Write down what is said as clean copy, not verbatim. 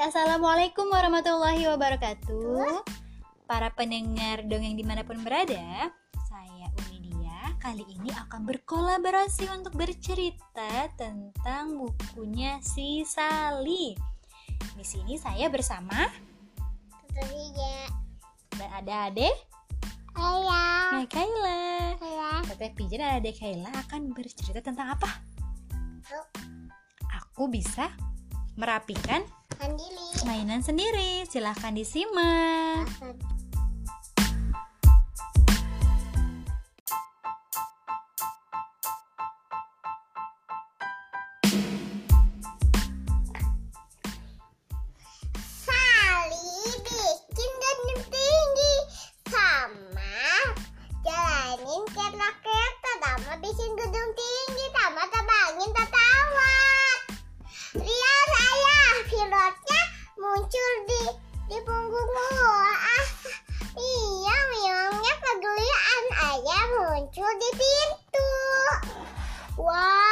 Assalamualaikum warahmatullahi wabarakatuh. Para pendengar dongeng dimanapun berada, saya Umidia kali ini akan berkolaborasi untuk bercerita tentang bukunya si Sally. Di sini saya bersama dan ada Ade Kaila. Teteh Pijen dan Ade Kaila akan bercerita tentang apa? Aku bisa merapikan mainan sendiri. Silahkan disimak. Sally bikin gedung tinggi sama jalanin kereta sama bikin gedung tinggi sama terbangin pesawat. Lihat ayah, pilotnya muncul di punggungmu. Iya, memangnya kegelian ayah muncul di pintu. Wah.